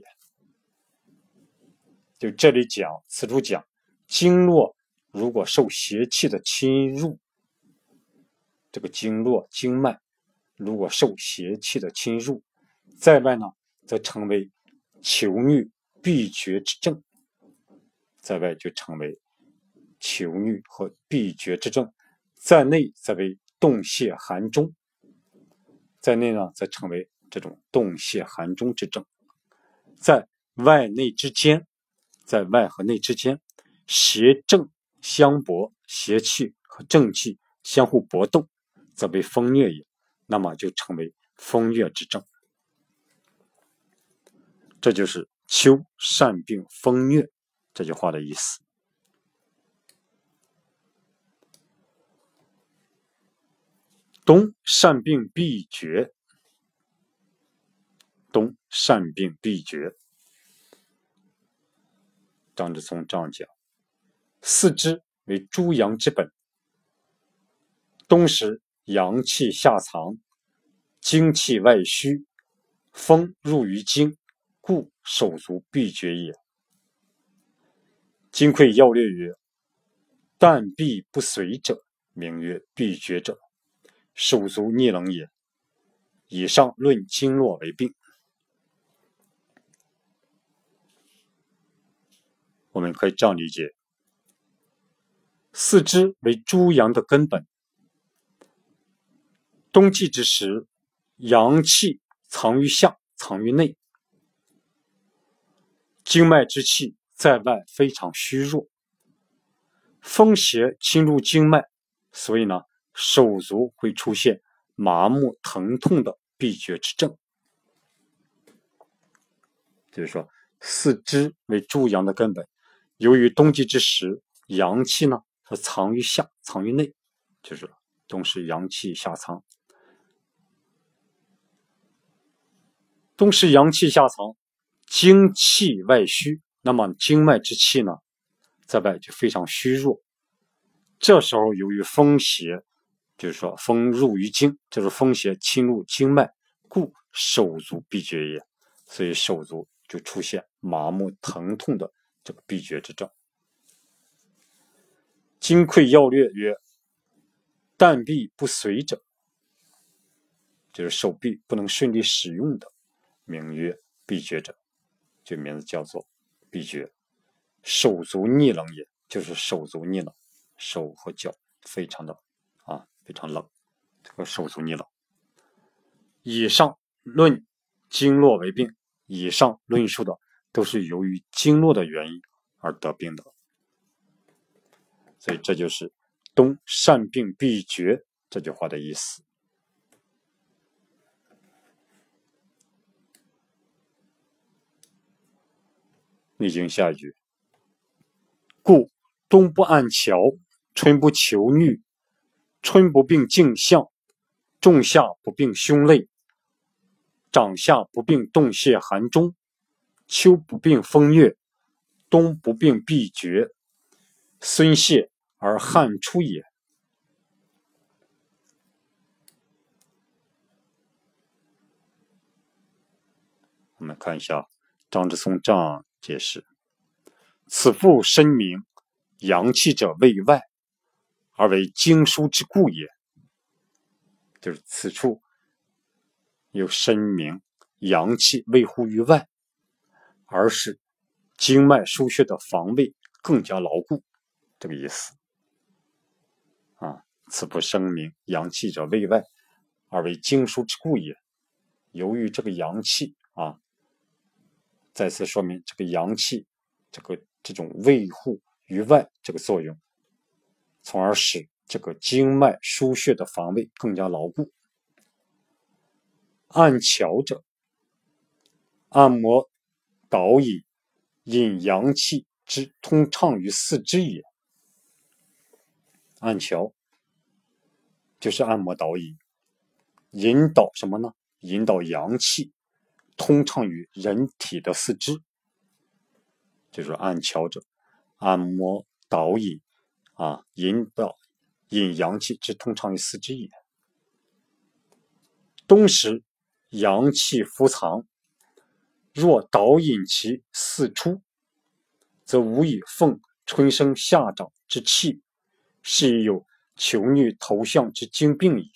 就这里讲，此处讲，经络如果受邪气的侵入，这个经络经脉如果受邪气的侵入，在外呢则成为囚虐闭绝之症，在外就成为囚虐和闭绝之症，在内则为动泄寒中，在内呢则成为这种动泄寒中之症，在外内之间，在外和内之间，邪正相搏，邪气和正气相互搏斗，则为风月也，那么就成为风月之症。这就是秋善病风月这句话的意思。冬善病必绝，冬善病必绝。张之聪这样讲：四肢为诸阳之本，冬时阳气下藏，精气外虚，风入于经，故手足必绝也。金匮要略曰：但必不随者，名曰必绝者，手足逆冷也。以上论经络为病。我们可以这样理解：四肢为诸阳的根本，冬季之时，阳气藏于下，藏于内，经脉之气在外非常虚弱，风邪侵入经脉，所以呢，手足会出现麻木疼痛的闭绝之症。就是说，四肢为诸阳的根本，由于冬季之时，阳气呢是藏于下，藏于内，就是冬时阳气下藏。冬时阳气下藏，精气外虚，那么经脉之气呢，在外就非常虚弱。这时候由于风邪，就是说风入于经，就是风邪侵入经脉，故手足必绝也。所以手足就出现麻木疼痛的这个闭绝之症。金匮要略曰：但臂不随者，就是手臂不能顺利使用的，名曰闭绝者，这名字叫做闭绝。手足逆冷也，就是手足逆冷，手和脚非常冷，这个手足逆冷。以上论经络为病，以上论述的都是由于经络的原因而得病的，所以这就是冬善病必绝这句话的意思。逆经下一句：故冬不按谯，春不求虐，春不病颈项，仲夏不病胸肋，长夏不病动泄寒中，秋不病风月，冬不病闭绝，孙泄而汗出也。我们看一下张之聪这样解释：此复申明阳气者为外，而为经枢之故也。就是此处有申明阳气位乎于外，而使经脉腧穴的防卫更加牢固，这个意思。此不声明阳气者为外，而为经枢之故也。由于这个阳气再次说明这个阳气这种卫护于外这个作用，从而使这个经脉腧穴的防卫更加牢固。按跷者，按摩导引，引阳气之通畅于四肢也。按跷就是按摩导引，引导什么呢？引导阳气通畅于人体的四肢，就是按跷者，按摩导引引阳气之通畅于四肢也。冬时阳气伏藏，若导引其四出，则无以奉春生夏长之气，是以有囚女头项之经病也。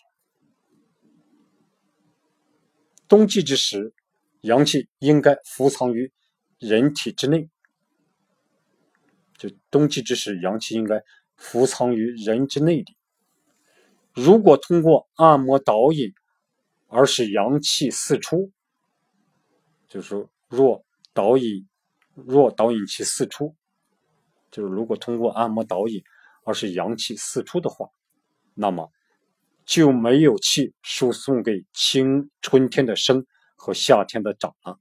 冬季之时，阳气应该伏藏于人体之内，就冬季之时，阳气应该伏藏于人之内里。如果通过按摩导引而使阳气四出，就是说若导引其四出，就是如果通过按摩导引而使阳气四出的话，那么就没有气输送给春天的生和夏天的长了。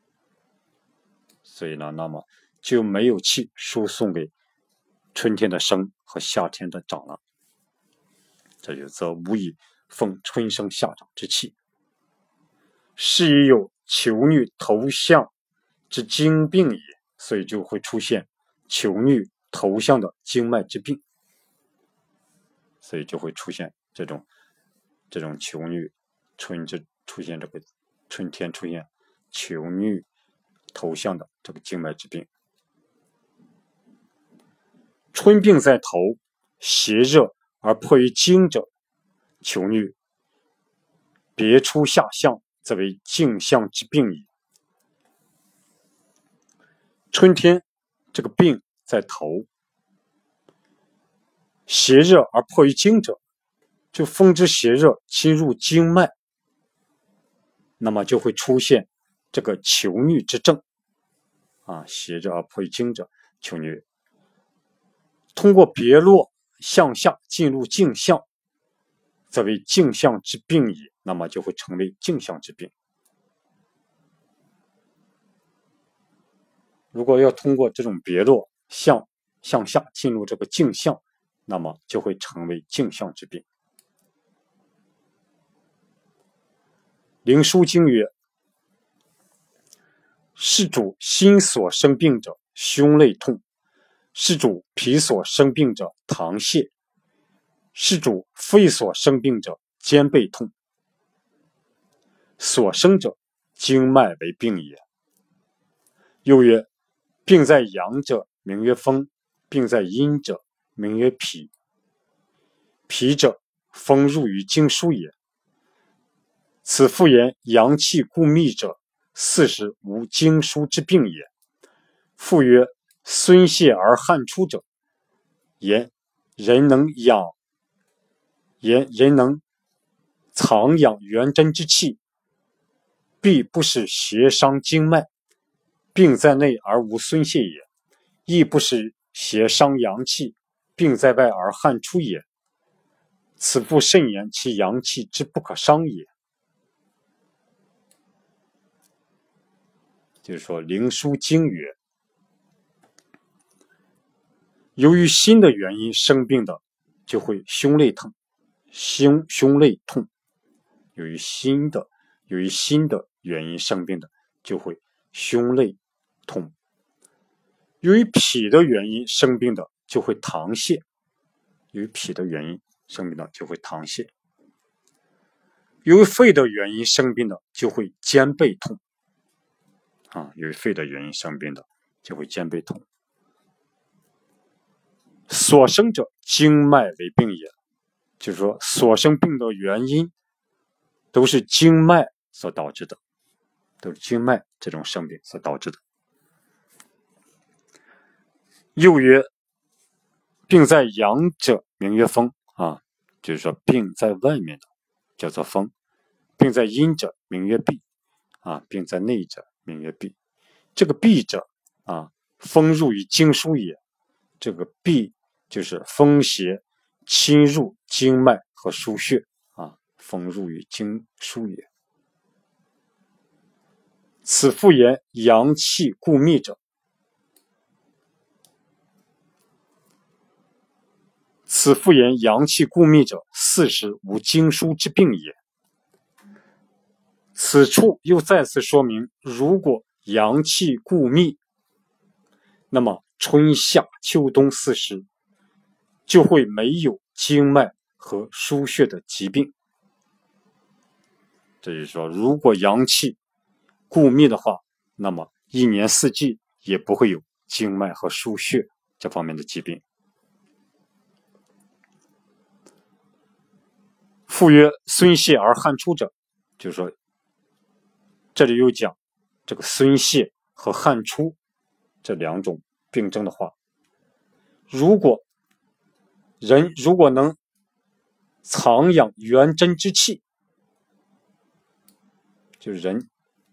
所以呢，那么就没有气输送给春天的生和夏天的长了。这就则无以奉春生夏长之气，是以有囚女头项之经病也。所以就会出现囚女头项的经脉之病，所以就会出现这种囚女出现这个春天出现囚女头项的这个经脉之病。春病在头，邪热而迫于经者，囚女别出下项，则为镜项之病也。春天这个病在头，邪热而迫于经者，就风之邪热侵入经脉，那么就会出现这个囚女之症邪热而迫于经者，囚女通过别络向下进入镜项，则为镜项之病也，那么就会成为镜项之病。如果要通过这种别络向下进入这个镜项，那么就会成为镜项之病。灵枢经曰：是主心所生病者，胸肋痛；是主脾所生病者，溏泻；是主肺所生病者，肩背痛。所生者，经脉为病也。又曰：病在阳者，名曰风；病在阴者，名曰脾。脾者，风入于经枢也。此复言阳气固密者，四时无经枢之病也。复曰：孙泄而汗出者，言人能藏养元真之气，必不使邪伤经脉，病在内而无孙泄也；亦不使邪伤阳气，病在外而汗出也。此复甚言其阳气之不可伤也。就是说，灵枢经曰，由于心的原因生病的，就会胸肋痛；胸肋痛。由于心的原因生病的，就会胸肋痛。由于脾的原因生病的，就会溏泻。由于脾的原因生病的，就会溏泻。由于肺的原因生病的，就会肩背痛。由于肺的原因生病的，就会肩背痛。所生者，经脉为病也。就是说，所生病的原因都是经脉所导致的，都是经脉这种生病所导致的。又曰：病在阳者，名曰风就是说病在外面的叫做风；病在阴者，名曰闭病在内者，名曰闭。这个闭者风入于经枢也。这个闭就是风邪侵入经脉和腧穴啊，风入于经腧也。此复言阳气固密者，四时无经枢之病也。此处又再次说明，如果阳气固密，那么春夏秋冬4时就会没有经脉和腧穴的疾病。这就是说，如果阳气固密的话，那么一年四季也不会有经脉和腧穴这方面的疾病。复曰孙泄而汗出者，就是说这里又讲这个孙泄和汗出这2种病症的话，如果能藏养元真之气，就是人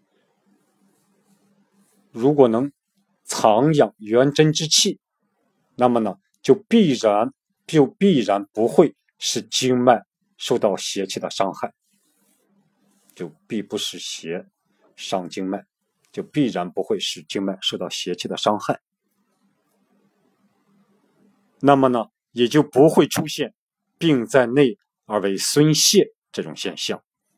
如果能藏养元真之气，那么呢就必然不会使经脉受到邪气的伤害，就必不使邪伤经脉，就必然不会使经脉受到邪气的伤害。那么呢，也就不会出现病在内而为孙泄这种现象。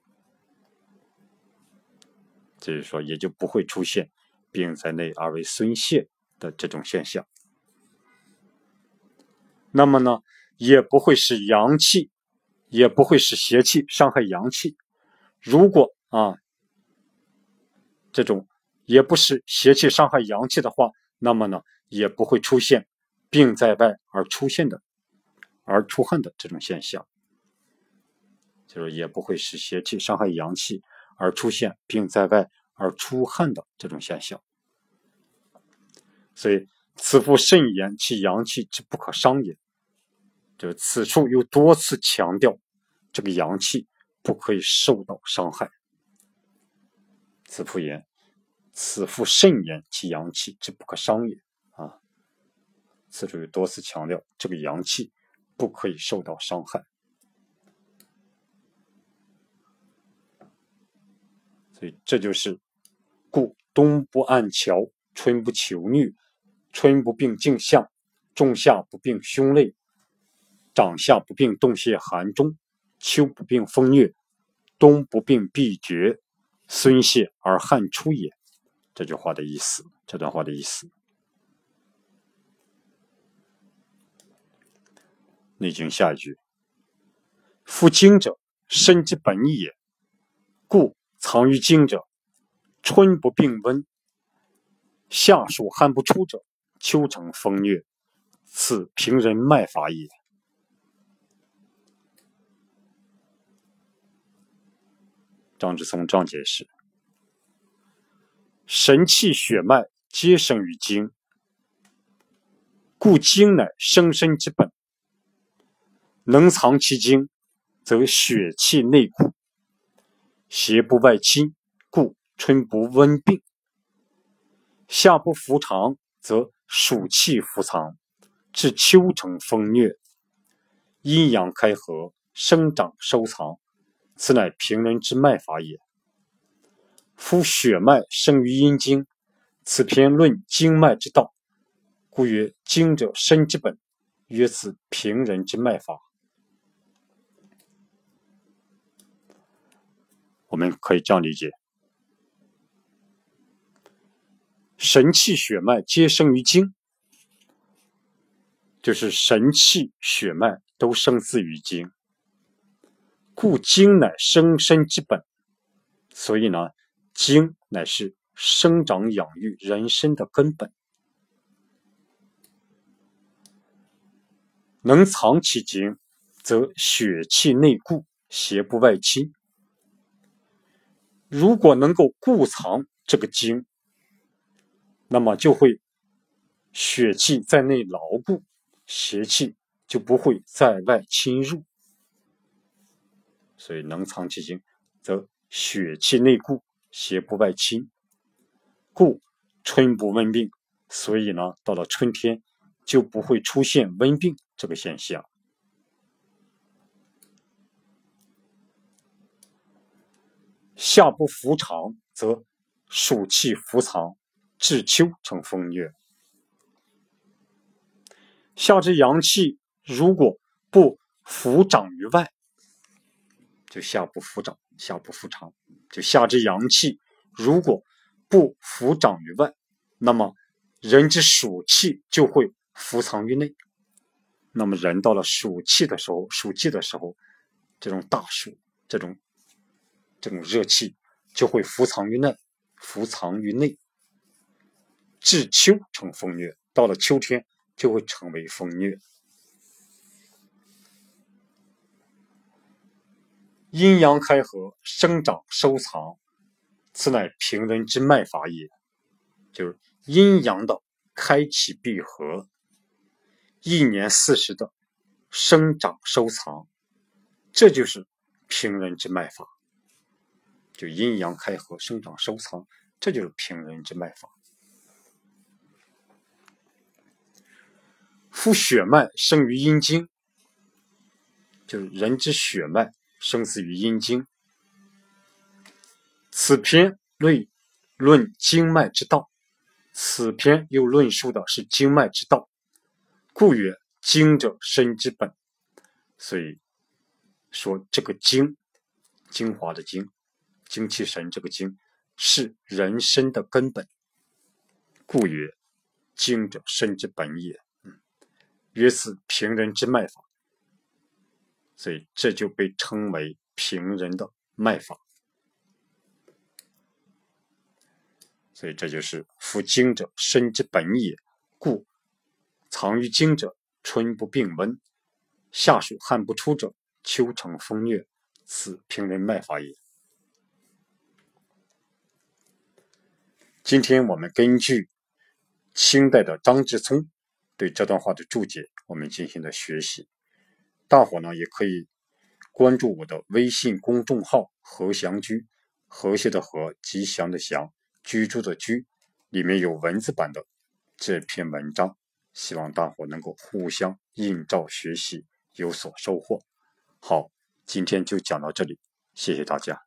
就是说，也就不会出现病在内而为孙泄的这种现象。那么呢，也不会使阳气，也不会使邪气伤害阳气。如果这种也不使邪气伤害阳气的话，那么呢，也不会出现病在外而出汗的这种现象。就是也不会使邪气伤害阳气而出现病在外而出汗的这种现象。所以此复甚言其阳气之不可伤也。就是此处又多次强调这个阳气不可以受到伤害。此复甚言其阳气之不可伤也啊！此处又多次强调这个阳气不可以受到伤害。所以这就是故冬不按荞，春不求衄，春不病镜像，仲夏不病胸肋，长夏不病动泄寒中，秋不病风疟，冬不病闭绝，孙泄而汗出也。这段话的意思。内经下一句，夫经者，身之本也，故藏于经者，春不病温，夏暑汗不出者，秋成风疟，此平人脉法也。张之松章解释：神气血脉皆生于经，故经乃生身之本，能藏其经，则血气内固，邪不外侵，故春不温病；夏不伏长，则暑气伏藏，至秋成风疟。阴阳开合，生长收藏，此乃平人之脉法也。夫血脉生于阴经，此篇论经脉之道，故曰经者身之本，曰此平人之脉法。我们可以这样理解：神气血脉皆生于经，就是神气血脉都生自于经，故经乃生身之本。所以呢，经乃是生长养育人身的根本。能藏其经，则血气内固，邪不外侵。如果能够固藏这个经，那么就会血气在内牢固，邪气就不会在外侵入。所以能藏其经，则血气内固，邪不外侵，故春不温病。所以呢，到了春天就不会出现温病这个现象。夏不伏长，则暑气伏藏，至秋成风疟。夏之阳气如果不伏长于外，就夏不伏长，夏不伏长，就夏之阳气如果不伏长于外，那么人之暑气就会伏藏于内。那么人到了暑气的时候，这种大暑，这种热气就会伏藏于内，至秋成风疟。到了秋天就会成为风疟。阴阳开合，生长收藏，此乃平人之脉法也。就是阴阳的开启闭合，一年40的生长收藏，这就是平人之脉法。就阴阳开合，生长收藏，这就是平人之脉法。夫血脉生于阴经，就是人之血脉生自于阴经。此篇论经脉之道，此篇又论述的是经脉之道，故曰经者身之本。所以说这个精华的精，精气神这个精是人身的根本，故曰经者身之本也。曰此平人之脉法，所以这就被称为平人的脉法。所以这就是夫经者身之本也，故藏于经者春不病温，夏暑汗不出者，秋成风疟，此平人脉法也。今天我们根据清代的张志聪对这段话的注解，我们进行了学习。大伙呢也可以关注我的微信公众号和祥居，和谐的和，吉祥的祥，居住的居，里面有文字版的这篇文章，希望大伙能够互相映照学习，有所收获。好，今天就讲到这里，谢谢大家。